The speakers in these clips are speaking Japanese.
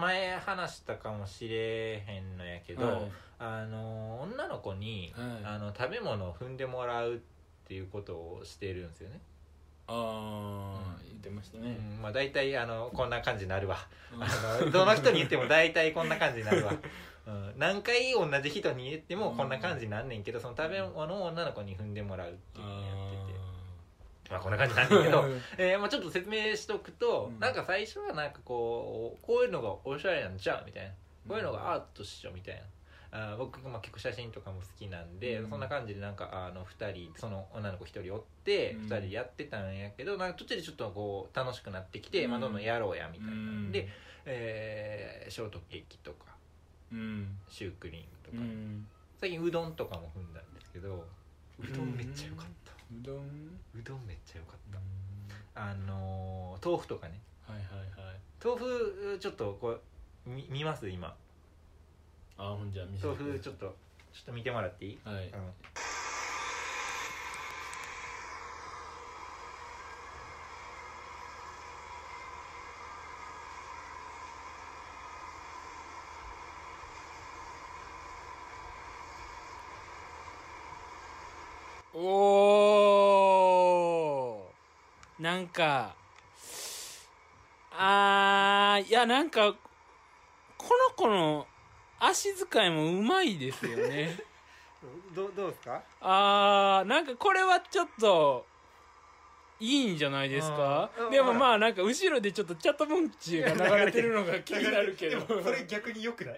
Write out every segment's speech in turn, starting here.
前話したかもしれへんのやけど、 はい女の子に、 はい食べ物を踏んでもらうっていうことをしてるんですよね。 言ってましたね、 まあ大体こんな感じになるわ。どの人に言っても大体こんな感じになるわ。何回同じ人に言ってもこんな感じになんねんけど、その食べ物を女の子に踏んでもらうっていうのをやってて。まあこんな感じなんだけど、まあちょっと説明しとくと、なんか最初はなんかこういうのがおしゃれなんちゃうみたいな、こういうのがアートっしょみたいな、僕まあ結構写真とかも好きなんで、そんな感じでなんか2人その女の子1人おって2人でやってたんやけど、なんか途中でちょっとこう楽しくなってきて、まあどんどんやろうやみたいなんで、ショートケーキとか、シュークリームとか、最近うどんとかも踏んだんですけど、うどんめっちゃ良かった。うどんめっちゃ良かった。豆腐とかね。 はいはいはい。 豆腐ちょっとこう見ます今。 ほんじゃ見せて豆腐ちょっと見てもらっていい？ はい。なんかいやなんかこの子の足使いもうまいですよねどうですか？ なんかこれはちょっといいんじゃないですか。でもまあなんか後ろでちょっとチャットモンチーが流れてるのが気になるけどそれ逆に良くない？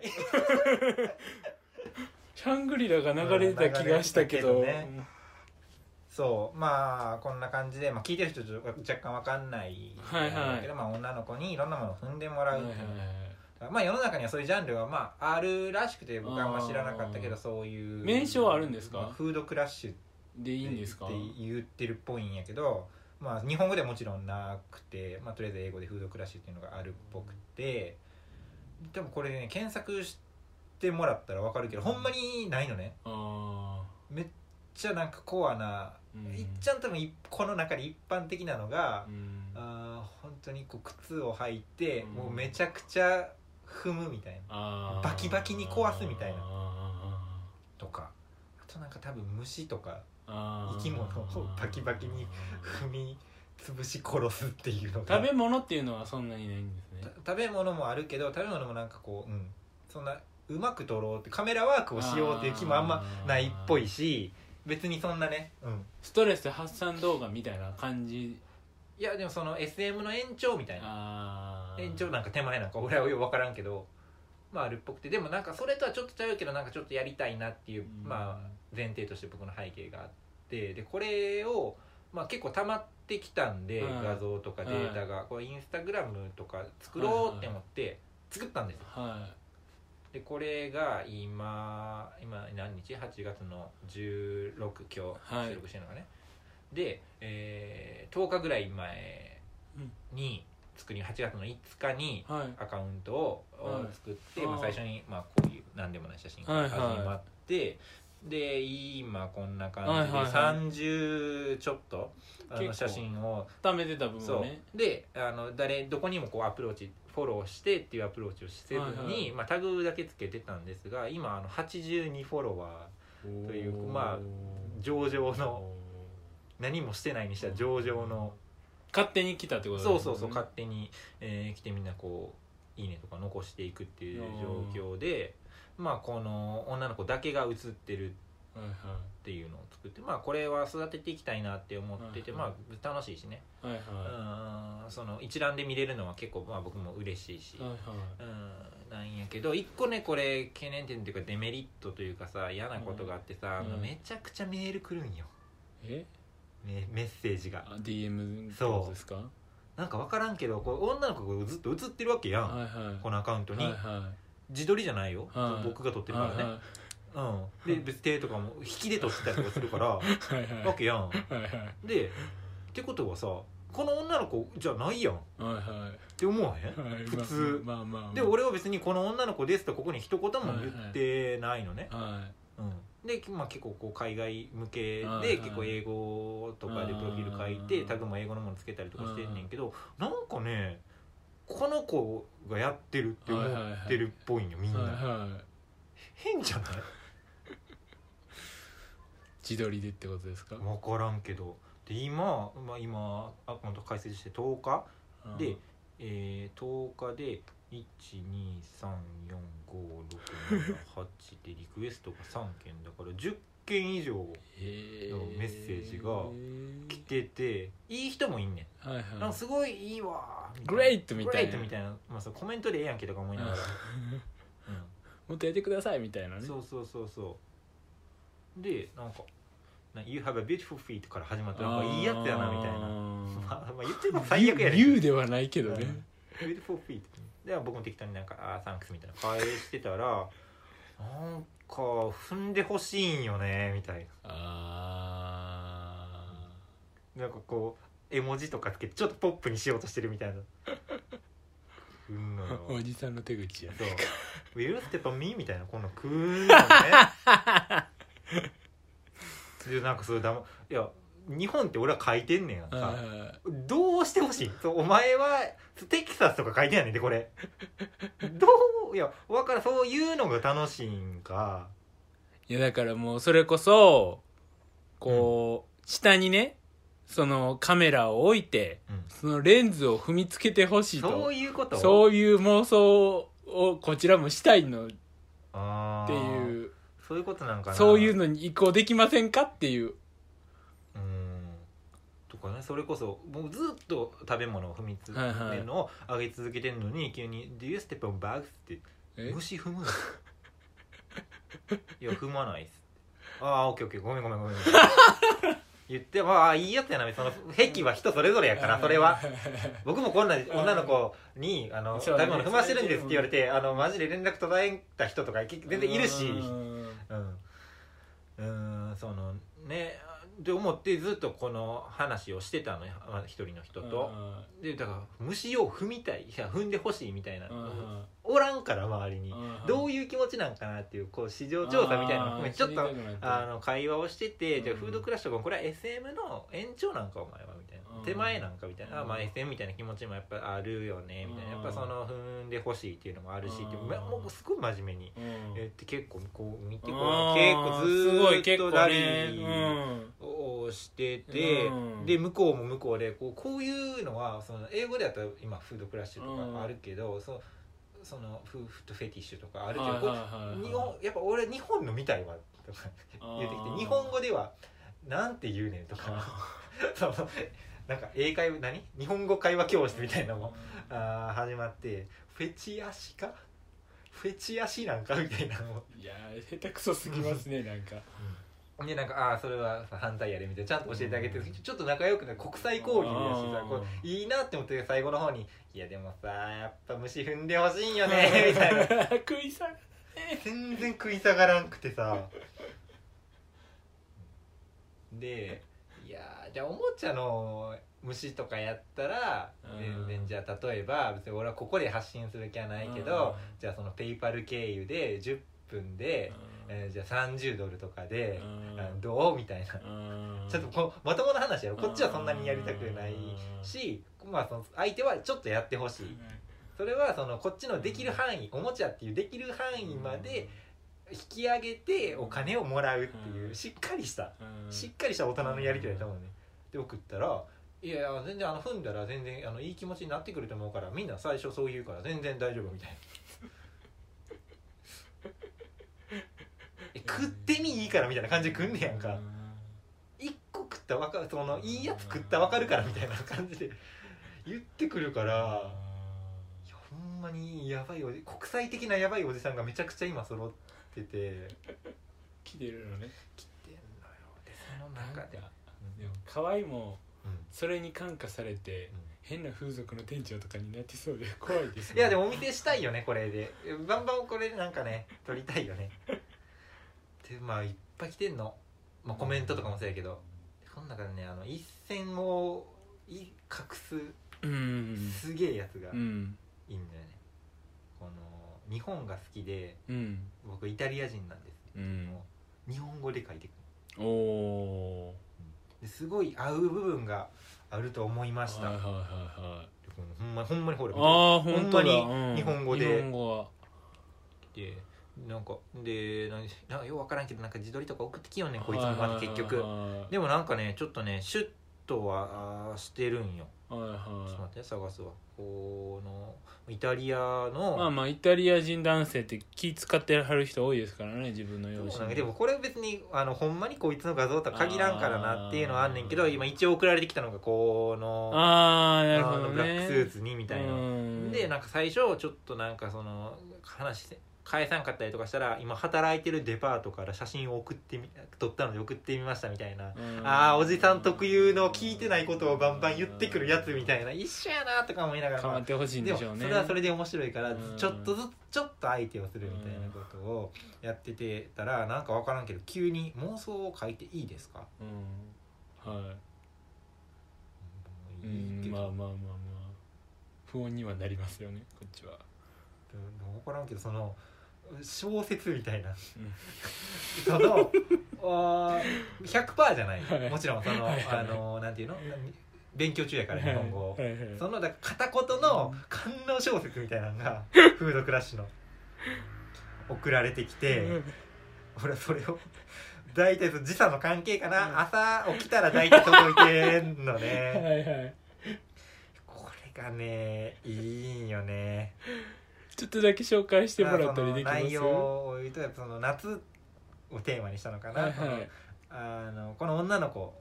シャングリラが流れてた気がしたけど、 そうまあこんな感じで、まあ、聞いてる人若干わかんないんだけど、まあ、女の子にいろんなものを踏んでもらうっていう、まあ世の中にはそういうジャンルがまああるらしくて、僕はあんま知らなかったけど、そういう名称はあるんですか？ フードクラッシュでいいんですかって言ってるっぽいんやけど、まあ日本語ではもちろんなくて、まあとりあえず英語でフードクラッシュっていうのがあるっぽくて、多分これね検索してもらったらわかるけど、ほんまにないのね。めっちゃなんかコアな、いっちゃん多分この中で一般的なのが、本当にこう靴を履いて、もうめちゃくちゃ踏むみたいな、バキバキに壊すみたいなとか、あとなんか多分虫とか生き物をバキバキに踏み潰し殺すっていうのが、 食べ物っていうのはそんなにないんですね。 食べ物もあるけど、食べ物もなんかこう、そんなうまく撮ろうってカメラワークをしようっていう気もあんまないっぽいし、別にそんなね、 ストレス発散動画みたいな感じ。 いやでもその SM の延長みたいな、延長なんか手前なんか俺はよく分からんけど、まああるっぽくて、でもなんかそれとはちょっとちゃうけど、なんかちょっとやりたいなっていう、まあ前提として僕の背景があって、でこれをまあ結構溜まってきたんで、画像とかデータがこれインスタグラムとか作ろうって思って作ったんですよ。でこれが今何日 ?8 月の16、今日収録してるのがね、で、10日ぐらい前に作り、8月の5日にアカウントを作って、まあ、最初にまあこういう何でもない写真から始まって、で今こんな感じで30ちょっと写真を貯めてた部分ね。 でどこにもこうアプローチフォローしてっていうアプローチをせずに、まあ、タグだけつけてたんですが、今82フォロワーという、まあ上々の、何もしてないにしたら上々の、 勝手に来たってことですね。 そう勝手に、来てみんなこういいねとか残していくっていう状況で、まあこの女の子だけが写ってるっていうのを作って、まあこれは育てていきたいなって思ってて、まあ楽しいしね、その一覧で見れるのは結構まあ僕も嬉しいし、なんやけど、一個ねこれ懸念点というかデメリットというかさ、嫌なことがあってさ、めちゃくちゃメール来るんよ。メッセージが DM ってことですか？なんか分からんけど、こう女の子がずっと写ってるわけやん、このアカウントに、自撮りじゃないよ、僕が撮ってるからね、で別に手とかも引きで撮ってたりとかするからわけやん、でってことはさ、この女の子じゃないやんって思わへん？普通で、俺は別にこの女の子ですとここに一言も言ってないのね。で、まあ、結構こう海外向けで結構英語とかでプロフィール書いてタグも英語のものつけたりとかしてんねんけど、なんかねこの子がやってるって思ってるっぽいんよみんな、 はいはい、 変じゃない？ 自撮りでってことですか？ 分からんけどで今アカウント開設して10日で、10日で12345678でリクエストが3件だから10件以上のメッセージが来てて、いい人もいんねん、 はいはい、 なんかすごいいいわグレイトみたいな、 グレイトみたいな、まあ、そコメントでええやんけとか思いながら、 もっとやってくださいみたいなね。 そうでなんかYou have a beautiful feet から始まってなんかいいやつやなみたいなまあ言ってるの最悪やねん。 言うではないけどね、 beautiful feet で僕も適当になんかサンクスみたいな返してたらなんか踏んでほしいんよねみたいな、なんかこう絵文字とかつけてちょっとポップにしようとしてるみたいな踏んのよおじさんの手口やね。 そう Will you step on me みたいなこんな食うのねでなんかそれいや日本って俺は書いてんねんさ、どうしてほしい？そうお前はテキサスとか書いてんやねんでこれどういや分からん、そういうのが楽しいんか。 いやだからもうそれこそこう、下にねそのカメラを置いて、そのレンズを踏みつけてほしいと、 そういうこと、 そういう妄想をこちらもしたいのっていう、 そういうことなんかな、 そういうのに移行できませんかっていう、 とかね、それこそもうずっと食べ物を踏みつけるのをあげ続けてるのに、急に Do you step on bags? って虫踏むいや踏まないっす。ああオッケーオッケーごめん言ってまあいいやつやな、その癖は人それぞれやからそれは僕もこんな女の子に食べ物踏ましてるんですって言われてマジで連絡途絶えた人とか全然いるし、そのねって思ってずっとこの話をしてたのよ一人の人と。でだから虫を踏みたい、いや踏んでほしいみたいなおらんから周りにどういう気持ちなんかなっていうこう市場調査みたいなの含めてちょっと会話をしてて、じゃあフードクラッシュとかこれは SM の延長なんかお前はみたいな、手前なんかみたいな、まあ SM みたいな気持ちもやっぱあるよねみたいな、やっぱその踏んでほしいっていうのもあるしってもうすごい真面目に言って結構こう見てこう結構ずーっとラリーをしてて、で向こうも向こうでこういうのはその英語でやったら今フードクラッシュとかあるけど、そのフットフェティッシュとかあるけど、日本やっぱ俺日本のみたいわとか言ってきて、日本語ではなんて言うねんとかそのなんか英会話日本語会話教室みたいなのも始まって、フェチ足かフェチ足なんかみたいなのもいや下手くそすぎますねなんか。 でなんかそれは反対やでみたいなちゃんと教えてあげて、ちょっと仲良くな国際交流だしさこういいなって思って最後の方にいやでもさやっぱ虫踏んでほしいんよねみたいな食い下が全然食い下がらんくてさでいやじゃあおもちゃの虫とかやったら全然じゃあ例えば別に俺はここで発信する気はないけど、じゃあそのペイパル経由で10分でじゃあ$30とかでどうみたいなちょっとまともな話やろ、こっちはそんなにやりたくないし、まあその相手はちょっとやってほしい、それはそのこっちのできる範囲、おもちゃっていうできる範囲まで引き上げてお金をもらうっていうしっかりした大人のやり取りだと思うね。で送ったらいや全然踏んだら全然いい気持ちになってくると思うからみんな最初そう言うから全然大丈夫みたいな食ってみいいからみたいな感じで食んねやんか、1個食ったら分かる、そのいいやつ食ったら分かるからみたいな感じで言ってくるから、いやほんまにやばい国際的なやばいおじさんがめちゃくちゃ今揃ってて来てるのね。 来てんのよ。でその中ででも河合もそれに感化されて、変な風俗の店長とかになってそうで怖いですね。 いやでもお見せしたいよねこれで、バンバンこれなんかね撮りたいよねでまあいっぱい来てんの、まあ、コメントとかもそうやけど、その中でね一線を隠すすげえやつがいいんだよね、この日本が好きで、僕イタリア人なんですけども、日本語で書いてくるですごい合う部分があると思いました、 ほんまにほらああほん本当だ、 まに日本語で、 日本語はでなんかようわからんけどなんか自撮りとか送ってきよんねんこいつもまた結局でもなんかねちょっとねシュッとはしてるんよ。ちょっと待って探すわ。このイタリアのまあイタリア人男性って気使ってはる人多いですからね自分の容姿に。 でもこれ別にほんまにこいつの画像とは限らんからなっていうのはあんねんけど今一応送られてきたのがこのなるほどねブラックスーツにみたいなでなんか最初ちょっとなんかその話返さんかったりとかしたら今働いてるデパートから写真を撮ったので送ってみましたみたいなおじさん特有の聞いてないことをバンバン言ってくるやつみたいな一緒やなとか思いながら変わってほしいんでしょうね。 でもそれはそれで面白いからちょっと相手をするみたいなことをやっててたらなんか分からんけど急に妄想を書いていいですかはいまあ不穏にはなりますよねこっちは。 分からんけどその小説みたいなその100% じゃない、はい、もちろんその、はいはい、なんていうの勉強中やから日本語、はいはいはい、そのだ片言の官能小説みたいなのがフードクラッシュの送られてきて俺はそれを大体時差の関係かな朝起きたら大体届いてんのねはい、はい、これがねいいんよね。 ちょっとだけ紹介してもらったりできます？ 内容を言うとやっぱその夏をテーマにしたのかな、はいはい、この女の子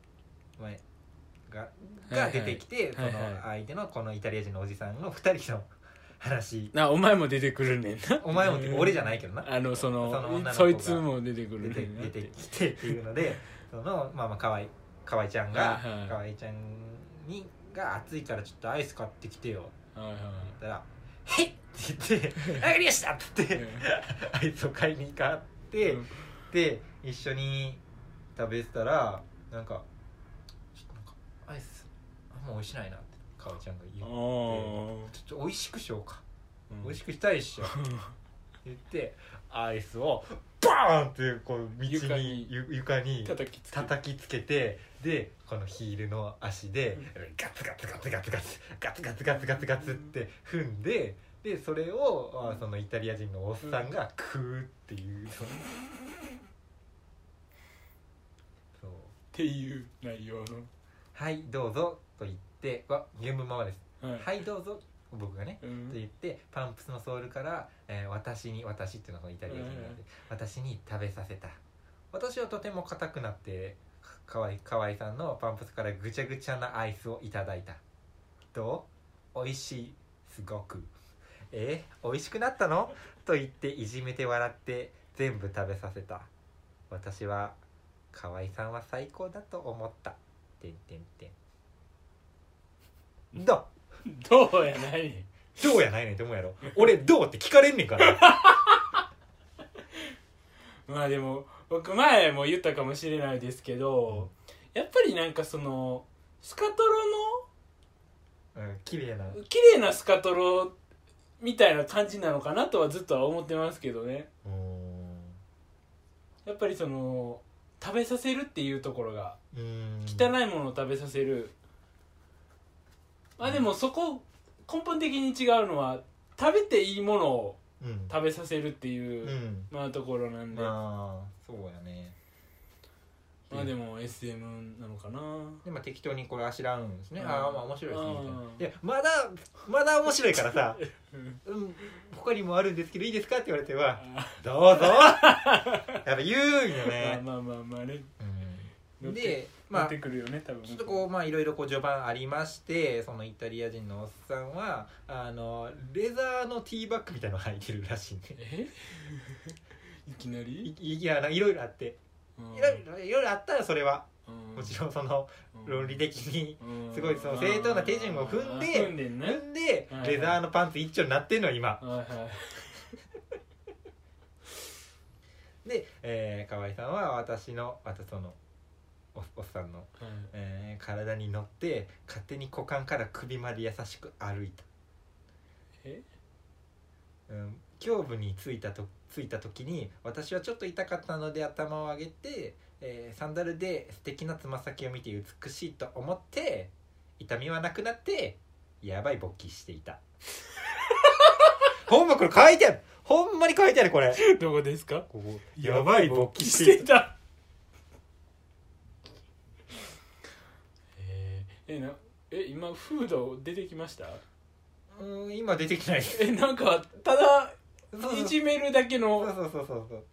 が出てきて、はいはい、その相手のこのイタリア人のおじさんの2人の話お前も出てくるねんなお前もって俺じゃないけどなそいつも出てくるねんな出てきてっていうのでその河合ちゃんが、はいはい、河合ちゃんが暑いからちょっとアイス買ってきてよって言ったら「へっ!」って言って「ありました!」って言ってアイスを買いに行かって、で一緒に食べてたらなんかアイスあんま美味しないなって河合ちゃんが言ってちょっと美味しくしようか、美味しくしたいっしょって言ってアイスをバーンってこう道に床に叩きつけてでこのヒールの足でガツガツガツガツガツガツガツガツガツガツって踏んででそれをそのイタリア人のおっさんが食うっていうそうっていう内容のはいどうぞと言って原文ままです、はいどうぞ僕がね、と言ってパンプスのソールから、私っていうのはそのイタリア人なんで、私に食べさせた。私はとても硬くなって河合さんのパンプスからぐちゃぐちゃなアイスをいただいた。どう？美味しい、すごく。美味しくなったの？と言っていじめて笑って全部食べさせた。私は河合さんは最高だと思った。どうやないねんどうやないねんって思うやろ俺どうって聞かれんねんからまあでも僕前も言ったかもしれないですけどやっぱりなんかそのスカトロの、綺麗なスカトロみたいな感じなのかなとはずっとは思ってますけどね。やっぱりその食べさせるっていうところが汚いものを食べさせる。まあでもそこ根本的に違うのは食べていいものを食べさせるっていう、まあところなんで、 そうやね。 まあでも SM なのかな。 でまあ適当にこれあしらうんですね。まあ面白いですねみたいな。でまだ面白いからさ、他にもあるんですけどいいですかって言われてはどうぞ。やっぱ言うんよね。 まあね。 でまあ出てくるよね多分。 ちょっとこうまあいろいろこう序盤ありまして、そのイタリア人のおっさんはレザーのティーバッグみたいなの履いてるらしいね。 いきなり？ いやいろいろあって。いろいろあったらそれはもちろんその論理的にすごいその正当な手順を踏んでレザーのパンツ一丁になってんの今で、河合さんは私そのおっさんの、体に乗って勝手に股間から首まで優しく歩いた。胸部についた時に私はちょっと痛かったので頭を上げて、サンダルで素敵なつま先を見て美しいと思って痛みはなくなってやばい勃起していたほんまこれ書いてある、ほんまに書いてあるこれどこですか？ ここやばい勃起していた今フード出てきました？ 今出てきないなんかただそういじめるだけのそう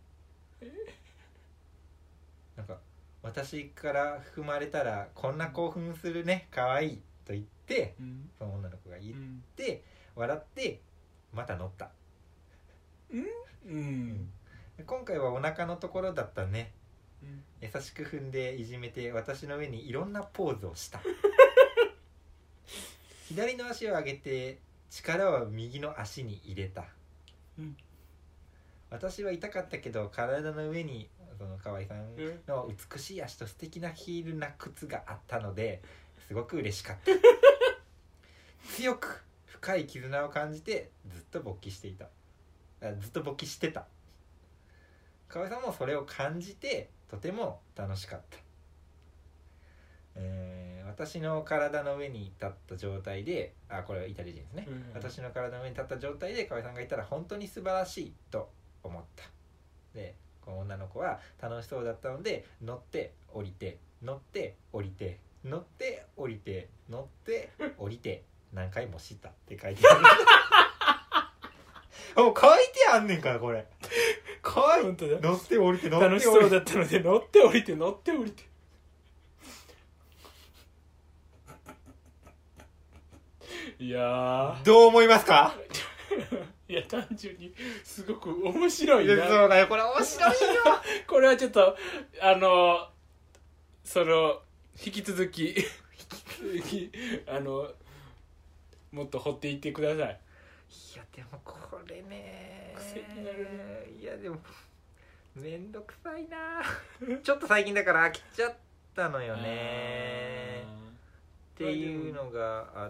なんか私から踏まれたらこんな興奮するね、可愛いと言って、その女の子が言って、笑ってまた乗った。今回はお腹のところだったね、優しく踏んでいじめて私の上にいろんなポーズをした左の足を上げて力は右の足に入れた、私は痛かったけど体の上にその河合さんの美しい足と素敵なヒールな靴があったのですごく嬉しかった強く深い絆を感じてずっと勃起してた。河合さんもそれを感じてとても楽しかった。私の体の上に立った状態で、これはイタリア人ですね、私の体の上に立った状態で河合さんがいたら本当に素晴らしいと思った。でこの女の子は楽しそうだったので乗って降りて乗って降りて乗って降りて乗って降りて何回もしたって書いてあるもう書いてあんねんからこれ本当だ、 乗って降りて乗って降りて楽しそうだったので乗って降りて乗って降りていやどう思いますかいや単純にすごく面白いな。 そうだよ、これ面白いよこれはちょっとその引き続きもっと掘っていってください。 いやでもこれね癖になるね。 いやでもめんどくさいなちょっと最近だから飽きちゃったのよねっていうのがあって、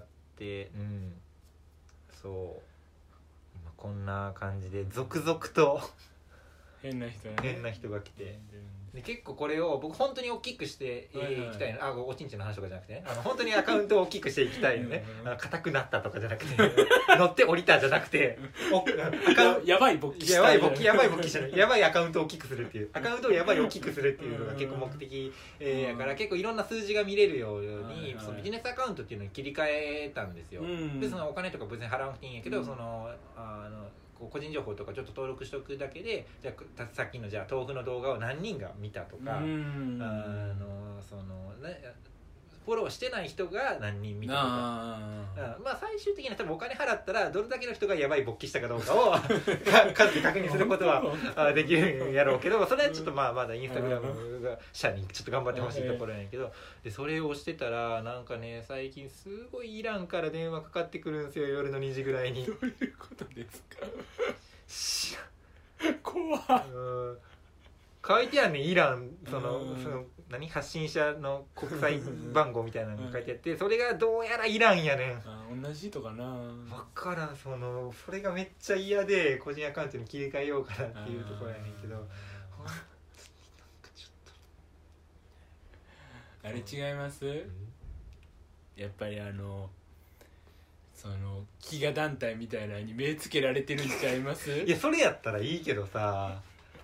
そう今こんな感じで続々と変な人が来て、で結構これを僕本当に大きくしていきたいの、おちんちんの話とかじゃなくてね、本当にアカウントを大きくしていきたいのね硬くなったとかじゃなくて乗って降りたじゃなくてやばい勃起したやばい勃起したいやばいアカウントを大きくするっていうアカウントをやばい大きくするっていうのが結構目的やから結構いろんな数字が見れるようにそのビジネスアカウントっていうのに切り替えたんですよ。でそのお金とか別に払わなくていいんやけど、その個人情報とかちょっと登録しておくだけで、じゃあさっきのじゃあ豆腐の動画を何人が見たとか、そのねフォローしてない人が何人見たとか、まあ最終的には多分お金払ったらどれだけの人がやばい勃起したかどうかを数で確認することはできるんやろうけど、それはちょっとまだインスタグラムが社にちょっと頑張ってほしいところやねんけど、でそれをしてたらなんかね最近すごいイランから電話かかってくるんですよ、夜の2時ぐらいに。 どういうことですか怖っ。 書いてあるね、イランその何発信者の国際番号みたいなのが書いてあってそれがどうやらイランやねん。 同じとかな分からん、それがめっちゃ嫌で個人アカウントに切り替えようかなっていうところやねんけど、なんかちょっとあれ違います、やっぱりその飢餓団体みたいなのに目つけられてるんちゃいますいやそれやったらいいけどさ、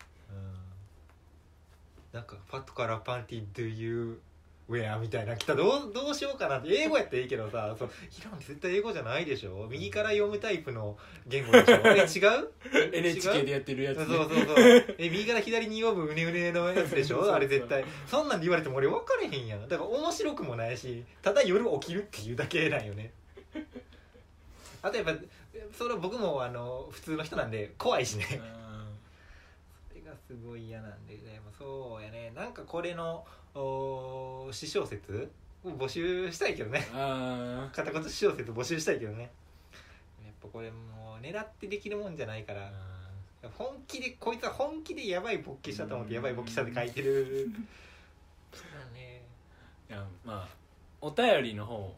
なんかパッとからパンティ do you wear みたいな来たらどうしようかなって。英語やったらいいけどさ、イランって絶対英語じゃないでしょ、右から読むタイプの言語でしょ違う NHK でやってるやつ、ね、 そう右から左に読むうねうねのやつでしょあれ絶対そんなんで言われても俺分かれへんやん。だから面白くもないし、ただ夜起きるっていうだけなんよね。あとやっぱそれは僕も普通の人なんで怖いしね。それがすごい嫌なんで、ね、そうやね。なんかこれの詩小説を募集したいけどね。片言詩小説募集したいけどね。やっぱこれもう狙ってできるもんじゃないから、本気でこいつは本気でやばい勃起したと思ってやばい勃起したって書いてる。そうだね。 いやまあお便りの方、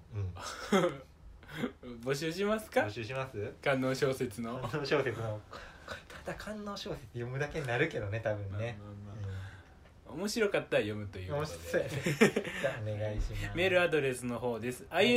募集しますか。 募集します。 官能小説のただ官能小説読むだけになるけどね多分ね、 面白かったら読むということでじゃあお願いします。 メールアドレスの方です、 はい、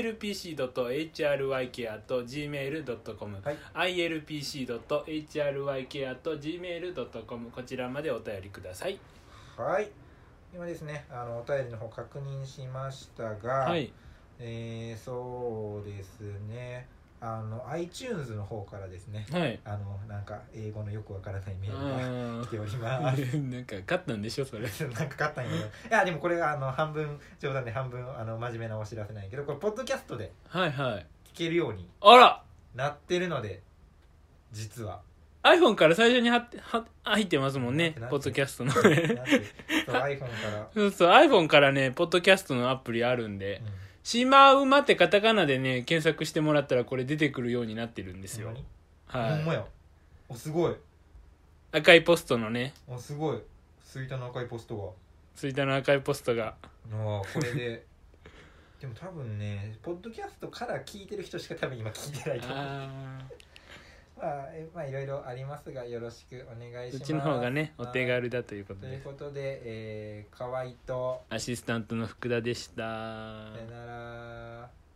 ilpc.hryk@gmail.com、はい、ilpc.hryk@gmail.com こちらまでお便りください。 はい、今ですねお便りの方確認しましたが、 はい、 そうですねiTunes の方からですね、 はい、 なんか英語のよくわからないメールが来ております。 なんか勝ったんでしょそれなんか勝ったんやけど、いやでもこれが半分冗談で半分真面目なお知らせなんやけど、これポッドキャストではいはい聞けるようにあらなってるので、実は iPhone から最初に入ってますもんね、ポッドキャストのねそう iPhone からそうそう iPhone からねポッドキャストのアプリあるんで、シマウマってカタカナでね検索してもらったらこれ出てくるようになってるんですよ。 はい、ほんまや、おすごい、 赤いポストのね、 おすごい、ツイッターの赤いポストが、 ツイッターの赤いポストがこれででも多分ねポッドキャストから聞いてる人しか多分今聞いてないと思う。まあいろいろありますがよろしくお願いします。 うちの方がねお手軽だということで、 ということで、河合とアシスタントの福田でした。 さよなら。